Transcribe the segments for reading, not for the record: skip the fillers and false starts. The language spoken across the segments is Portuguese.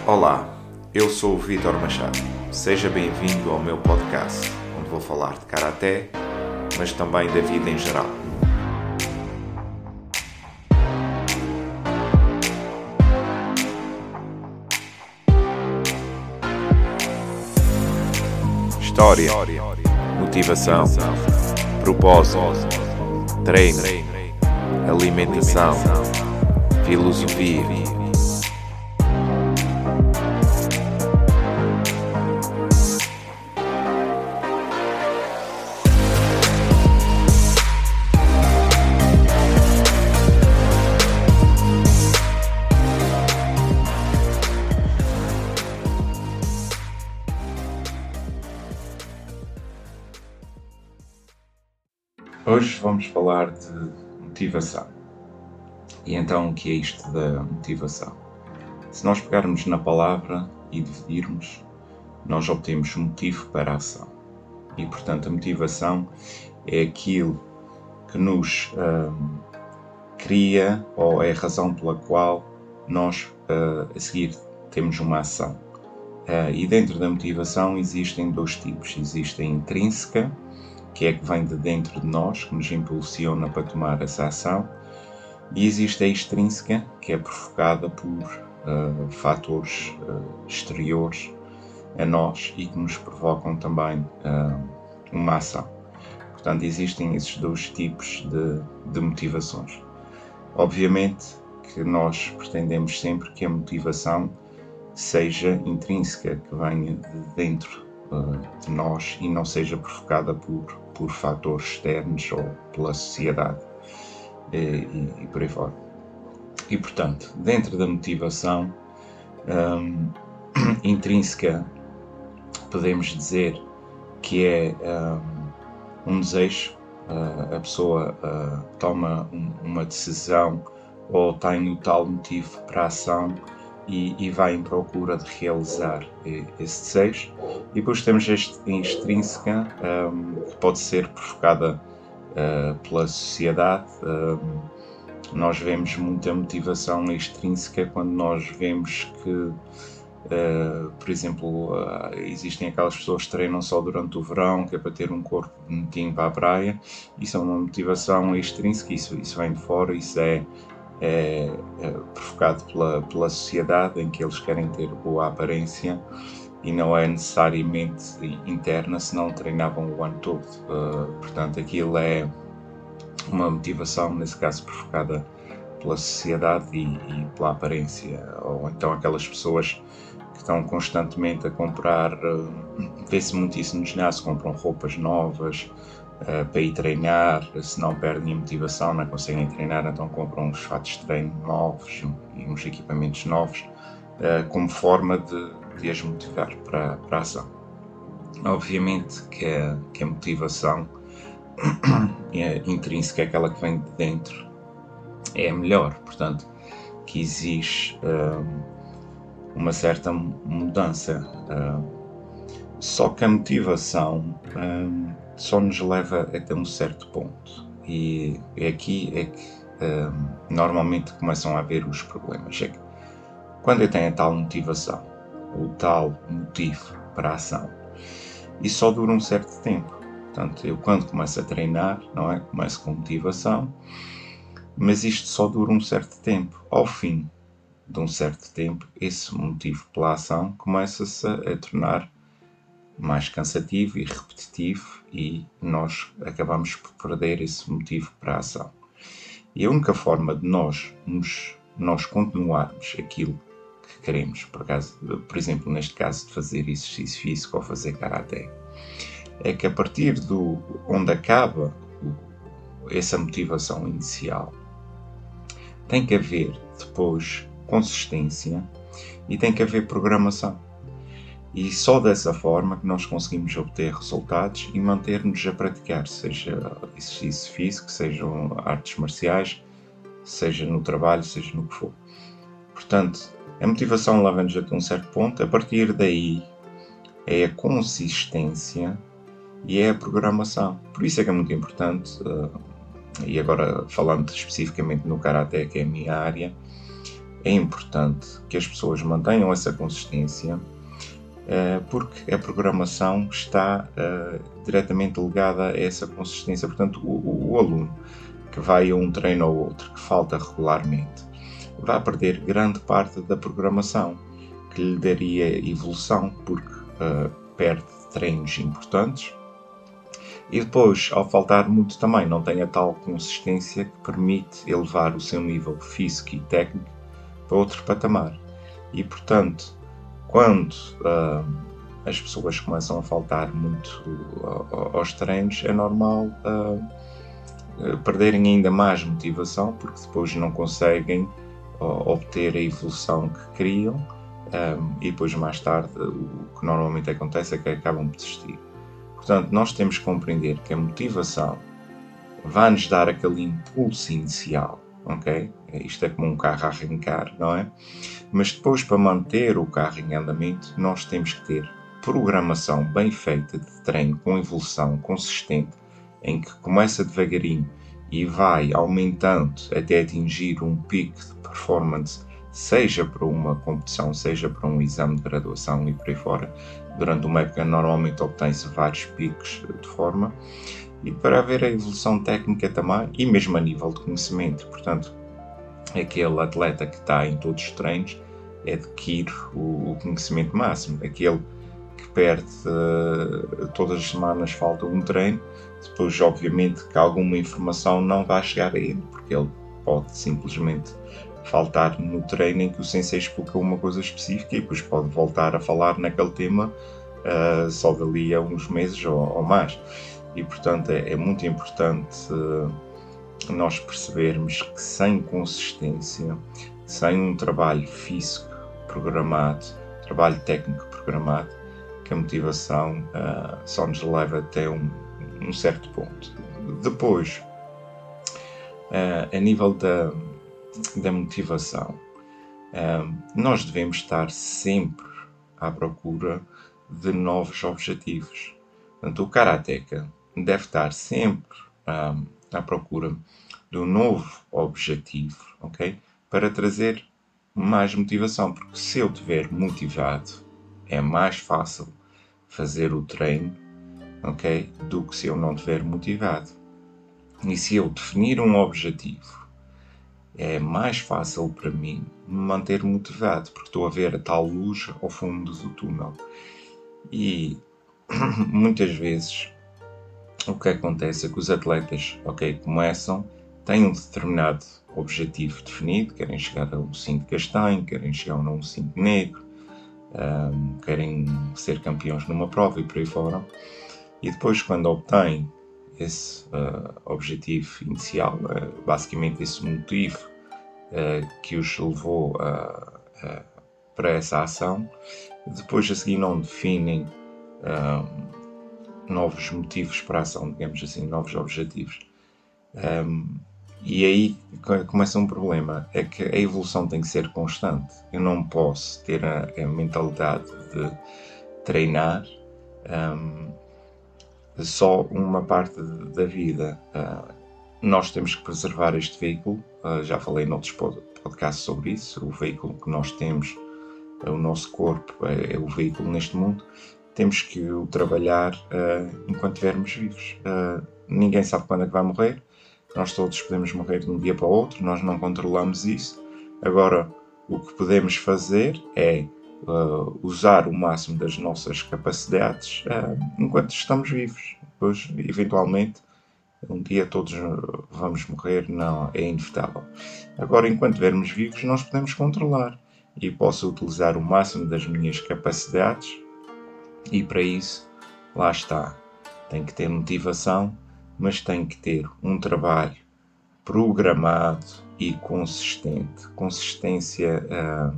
Olá, eu sou o Vítor Machado. Seja bem-vindo ao meu podcast, onde vou falar de karaté, mas também da vida em geral. História, motivação, propósito, treino, alimentação, filosofia. Hoje vamos falar de motivação. E então, o que é isto da motivação? Se nós pegarmos na palavra e dividirmos, nós obtemos motivo para a ação. E, portanto, a motivação é aquilo que nos cria, ou é a razão pela qual nós, a seguir, temos uma ação. E dentro da motivação existem dois tipos. Existe a intrínseca, que é que vem de dentro de nós, que nos impulsiona para tomar essa ação, e existe a extrínseca, que é provocada por fatores exteriores a nós e que nos provocam também uma ação. Portanto, existem esses dois tipos de motivações. Obviamente que nós pretendemos sempre que a motivação seja intrínseca, que venha de dentro de nós e não seja provocada por fatores externos ou pela sociedade e por aí fora. E, portanto, dentro da motivação intrínseca, podemos dizer que é um desejo. A pessoa toma uma decisão ou tem o tal motivo para a ação e vai em procura de realizar esse desejo. E depois temos a extrínseca, que pode ser provocada pela sociedade. Nós vemos muita motivação extrínseca quando nós vemos que, por exemplo, existem aquelas pessoas que treinam só durante o verão, que é para ter um corpo bonitinho para a praia. Isso é uma motivação extrínseca, isso vem de fora, isso é provocado pela sociedade, em que eles querem ter boa aparência e não é necessariamente interna, senão treinavam o ano todo. Portanto, aquilo é uma motivação, nesse caso, provocada pela sociedade e pela aparência. Ou então aquelas pessoas que estão constantemente a comprar, vê-se muito isso no ginásio, compram roupas novas para ir treinar, se não perdem a motivação, não conseguem treinar, então compram uns fatos de treino novos e uns equipamentos novos, como forma de as motivar para a ação. Obviamente que a motivação intrínseca, aquela que vem de dentro, é a melhor, portanto, que exige uma certa mudança. Só que a motivação só nos leva até um certo ponto. E aqui é que normalmente começam a haver os problemas. É que quando eu tenho a tal motivação, o tal motivo para a ação, isso só dura um certo tempo. Portanto, eu quando começo a treinar, não é? Começo com motivação, mas isto só dura um certo tempo. Ao fim de um certo tempo, esse motivo pela ação começa-se a tornar mais cansativo e repetitivo e nós acabamos por perder esse motivo para a ação. E a única forma de nós continuarmos aquilo que queremos, por exemplo, neste caso de fazer exercício físico ou fazer karaté, é que a partir de onde acaba essa motivação inicial, tem que haver depois consistência e tem que haver programação. E só dessa forma que nós conseguimos obter resultados e manter-nos a praticar, seja exercício físico, sejam artes marciais, seja no trabalho, seja no que for. Portanto, a motivação leva-nos até um certo ponto. A partir daí é a consistência e é a programação. Por isso é que é muito importante, e agora falando especificamente no karaté, que é a minha área, é importante que as pessoas mantenham essa consistência, porque a programação está diretamente ligada a essa consistência. Portanto, o aluno que vai a um treino ou outro, que falta regularmente, vai perder grande parte da programação, que lhe daria evolução, porque perde treinos importantes. E depois, ao faltar muito também, não tem a tal consistência que permite elevar o seu nível físico e técnico para outro patamar. E, portanto, quando as pessoas começam a faltar muito aos treinos, é normal perderem ainda mais motivação, porque depois não conseguem obter a evolução que queriam, e depois mais tarde o que normalmente acontece é que acabam por desistir. Portanto, nós temos que compreender que a motivação vai-nos dar aquele impulso inicial, ok? Isto é como um carro a arrancar, não é? Mas depois, para manter o carro em andamento, nós temos que ter programação bem feita de treino com evolução consistente, em que começa devagarinho e vai aumentando até atingir um pico de performance, seja para uma competição, seja para um exame de graduação e por aí fora. Durante uma época normalmente obtém-se vários picos de forma, e para haver a evolução técnica também, e mesmo a nível de conhecimento. Portanto, aquele atleta que está em todos os treinos adquire o conhecimento máximo. Aquele que perde todas as semanas falta um treino, depois obviamente que alguma informação não vai chegar a ele, porque ele pode simplesmente faltar no treino em que o sensei explica uma coisa específica e depois pode voltar a falar naquele tema só dali a uns meses ou mais. E portanto é muito importante nós percebermos que sem consistência, sem um trabalho físico programado, trabalho técnico programado, que a motivação só nos leva até um certo ponto. Depois, a nível da motivação, nós devemos estar sempre à procura de novos objetivos. Portanto, o karateca deve estar sempre à procura de um novo objetivo, ok? Para trazer mais motivação, porque se eu estiver motivado, é mais fácil fazer o treino, ok? Do que se eu não estiver motivado. E se eu definir um objetivo, é mais fácil para mim me manter motivado, porque estou a ver a tal luz ao fundo do túnel. E muitas vezes o que acontece é que os atletas, começam, têm um determinado objetivo definido, querem chegar a um cinto castanho, querem chegar a um cinto negro, querem ser campeões numa prova e por aí fora. E depois, quando obtêm esse objetivo inicial, basicamente esse motivo que os levou para essa ação, depois a seguir não definem novos motivos para a ação, digamos assim, novos objetivos. E aí começa um problema, é que a evolução tem que ser constante. Eu não posso ter a mentalidade de treinar só uma parte da vida. Nós temos que preservar este veículo, já falei noutros podcasts sobre isso, o veículo que nós temos, o nosso corpo é o veículo neste mundo, temos que o trabalhar enquanto estivermos vivos. Ninguém sabe quando é que vai morrer, nós todos podemos morrer de um dia para o outro, nós não controlamos isso. Agora, o que podemos fazer é usar o máximo das nossas capacidades enquanto estamos vivos. Depois, eventualmente, um dia todos vamos morrer, não, é inevitável. Agora, enquanto estivermos vivos, nós podemos controlar e posso utilizar o máximo das minhas capacidades e para isso, lá está, tem que ter motivação, mas tem que ter um trabalho programado e consistente. Consistência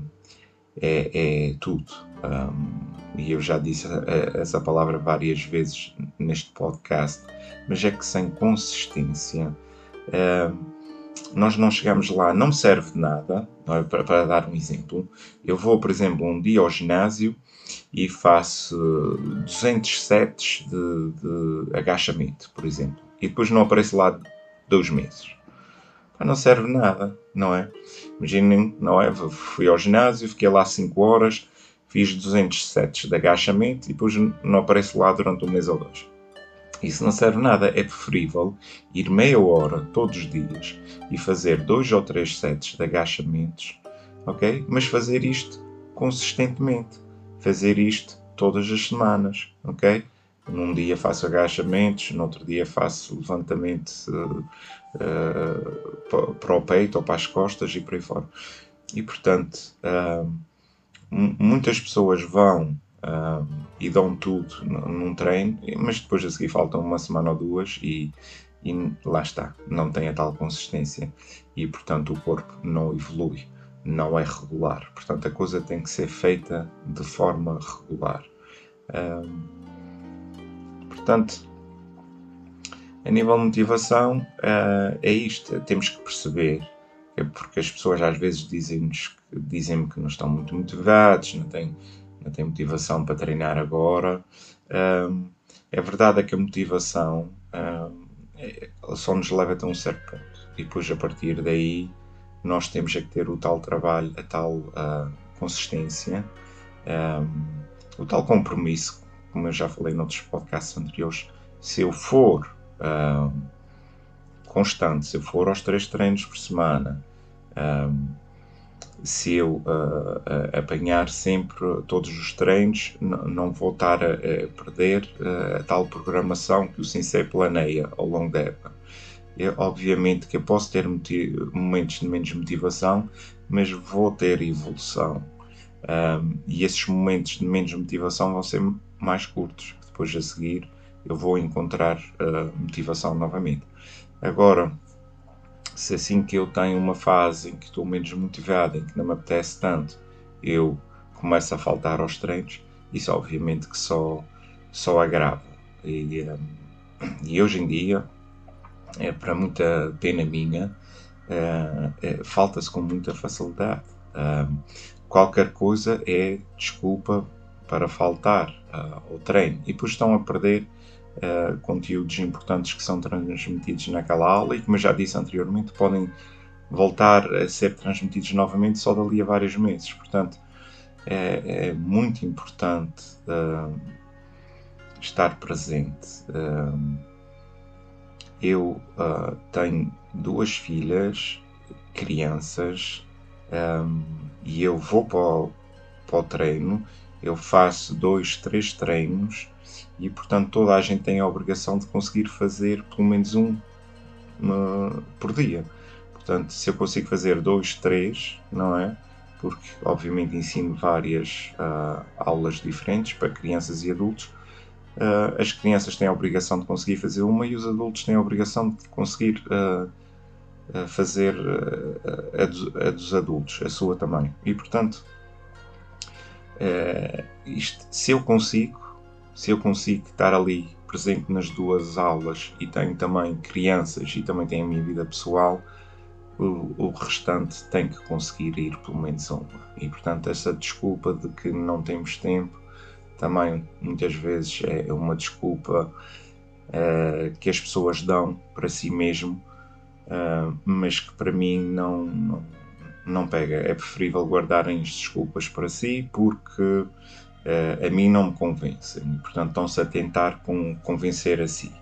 é tudo. E eu já disse essa palavra várias vezes neste podcast, mas é que sem consistência nós não chegamos lá, não me serve de nada. Não é? Para dar um exemplo, eu vou, por exemplo, um dia ao ginásio e faço 200 sets de agachamento, por exemplo, e depois não apareço lá 2 meses. Não serve de nada, não é? Imaginem, não é? Fui ao ginásio, fiquei lá 5 horas, fiz 200 sets de agachamento e depois não apareço lá durante um mês ou dois. Isso não serve nada. É preferível ir meia hora todos os dias e fazer 2 ou 3 sets de agachamentos, ok? Mas fazer isto consistentemente. Fazer isto todas as semanas, ok? Num dia faço agachamentos, no outro dia faço levantamento para o peito ou para as costas e por aí fora. E portanto, muitas pessoas vão e dão tudo num treino, mas depois a seguir faltam uma semana ou duas e lá está, não tem a tal consistência e portanto o corpo não evolui, não é regular. Portanto a coisa tem que ser feita de forma regular. Portanto, a nível de motivação é isto, temos que perceber, porque as pessoas às vezes dizem-me que não estão muito motivados, não têm motivação para treinar agora. É verdade que a motivação só nos leva até um certo ponto e depois a partir daí nós temos que ter o tal trabalho, a tal consistência, o tal compromisso, como eu já falei noutros podcasts anteriores. Se eu for constante, se eu for aos 3 treinos por semana, se eu apanhar sempre todos os treinos, não vou estar a perder a tal programação que o sensei planeia ao longo da época. Obviamente que eu posso ter momentos de menos motivação, mas vou ter evolução. E esses momentos de menos motivação vão ser mais curtos. Depois a seguir eu vou encontrar motivação novamente. Agora, se assim que eu tenho uma fase em que estou menos motivado, em que não me apetece tanto, eu começo a faltar aos treinos, isso obviamente que só agrava. E hoje em dia, para muita pena minha, falta-se com muita facilidade. Qualquer coisa é desculpa para faltar ao treino. E depois estão a perder conteúdos importantes que são transmitidos naquela aula e, como eu já disse anteriormente, podem voltar a ser transmitidos novamente só dali a vários meses. Portanto, é muito importante estar presente. Eu tenho 2 filhas, crianças, e eu vou para o treino, eu faço 2, 3 treinos e, portanto, toda a gente tem a obrigação de conseguir fazer pelo menos um por dia. Portanto, se eu consigo fazer 2, 3, não é? Porque, obviamente, ensino várias aulas diferentes para crianças e adultos. As crianças têm a obrigação de conseguir fazer uma e os adultos têm a obrigação de conseguir fazer a dos adultos, a sua também. E, portanto, se eu consigo estar ali presente nas 2 aulas e tenho também crianças e também tenho a minha vida pessoal, o restante tem que conseguir ir pelo menos a uma. E, portanto, essa desculpa de que não temos tempo também muitas vezes é uma desculpa que as pessoas dão para si mesmo, mas que para mim não pega. É preferível guardarem as desculpas para si porque a mim não me convencem. E, portanto, estão-se a tentar convencer a si.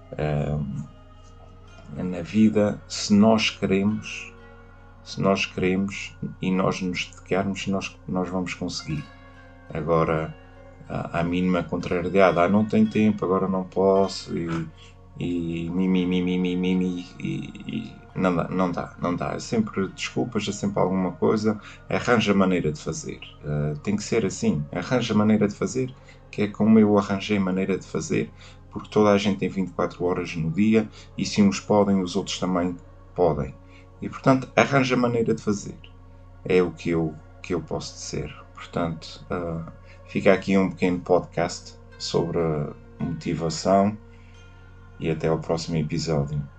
Na vida, se nós queremos e nós nos dedicarmos, nós vamos conseguir. Agora, à mínima contrariedade, não tenho tempo, agora não posso, e não dá. É sempre desculpas, é sempre alguma coisa. Arranja maneira de fazer. Tem que ser assim. Arranja maneira de fazer, que é como eu arranjei maneira de fazer, porque toda a gente tem 24 horas no dia e se uns podem, os outros também podem. E, portanto, arranja maneira de fazer. É o que eu posso dizer. Portanto, fica aqui um pequeno podcast sobre motivação e até ao próximo episódio.